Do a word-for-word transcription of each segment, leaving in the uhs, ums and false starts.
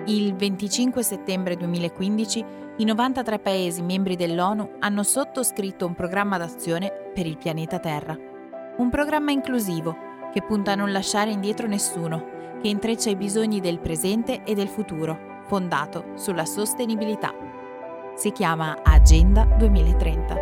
Il venticinque settembre duemilaquindici i novantatré Paesi membri dell'ONU hanno sottoscritto un programma d'azione per il pianeta Terra. Un programma inclusivo che punta a non lasciare indietro nessuno, che intreccia i bisogni del presente e del futuro, fondato sulla sostenibilità. Si chiama Agenda duemilatrenta.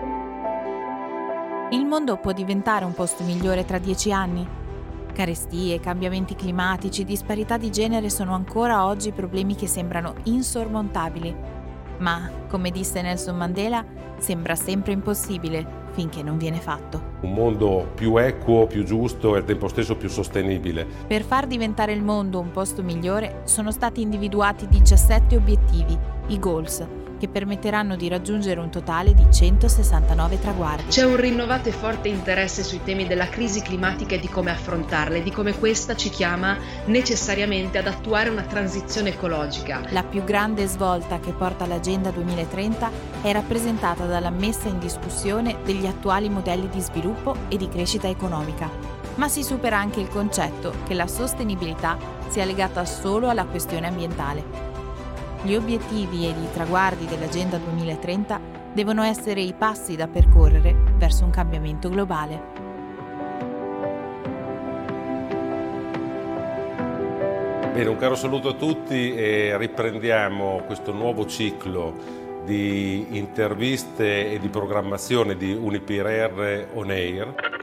Il mondo può diventare un posto migliore tra dieci anni? Carestie, cambiamenti climatici, disparità di genere sono ancora oggi problemi che sembrano insormontabili. Ma, come disse Nelson Mandela, sembra sempre impossibile finché non viene fatto. Un mondo più equo, più giusto e al tempo stesso più sostenibile. Per far diventare il mondo un posto migliore sono stati individuati diciassette obiettivi, i goals, che permetteranno di raggiungere un totale di centosessantanove traguardi. C'è un rinnovato e forte interesse sui temi della crisi climatica e di come affrontarla e di come questa ci chiama necessariamente ad attuare una transizione ecologica. La più grande svolta che porta l'Agenda duemilatrenta è rappresentata dalla messa in discussione degli attuali modelli di sviluppo e di crescita economica. Ma si supera anche il concetto che la sostenibilità sia legata solo alla questione ambientale. Gli obiettivi ed i traguardi dell'Agenda duemilatrenta devono essere i passi da percorrere verso un cambiamento globale. Bene, un caro saluto a tutti e riprendiamo questo nuovo ciclo di interviste e di programmazione di Unipirr On Air.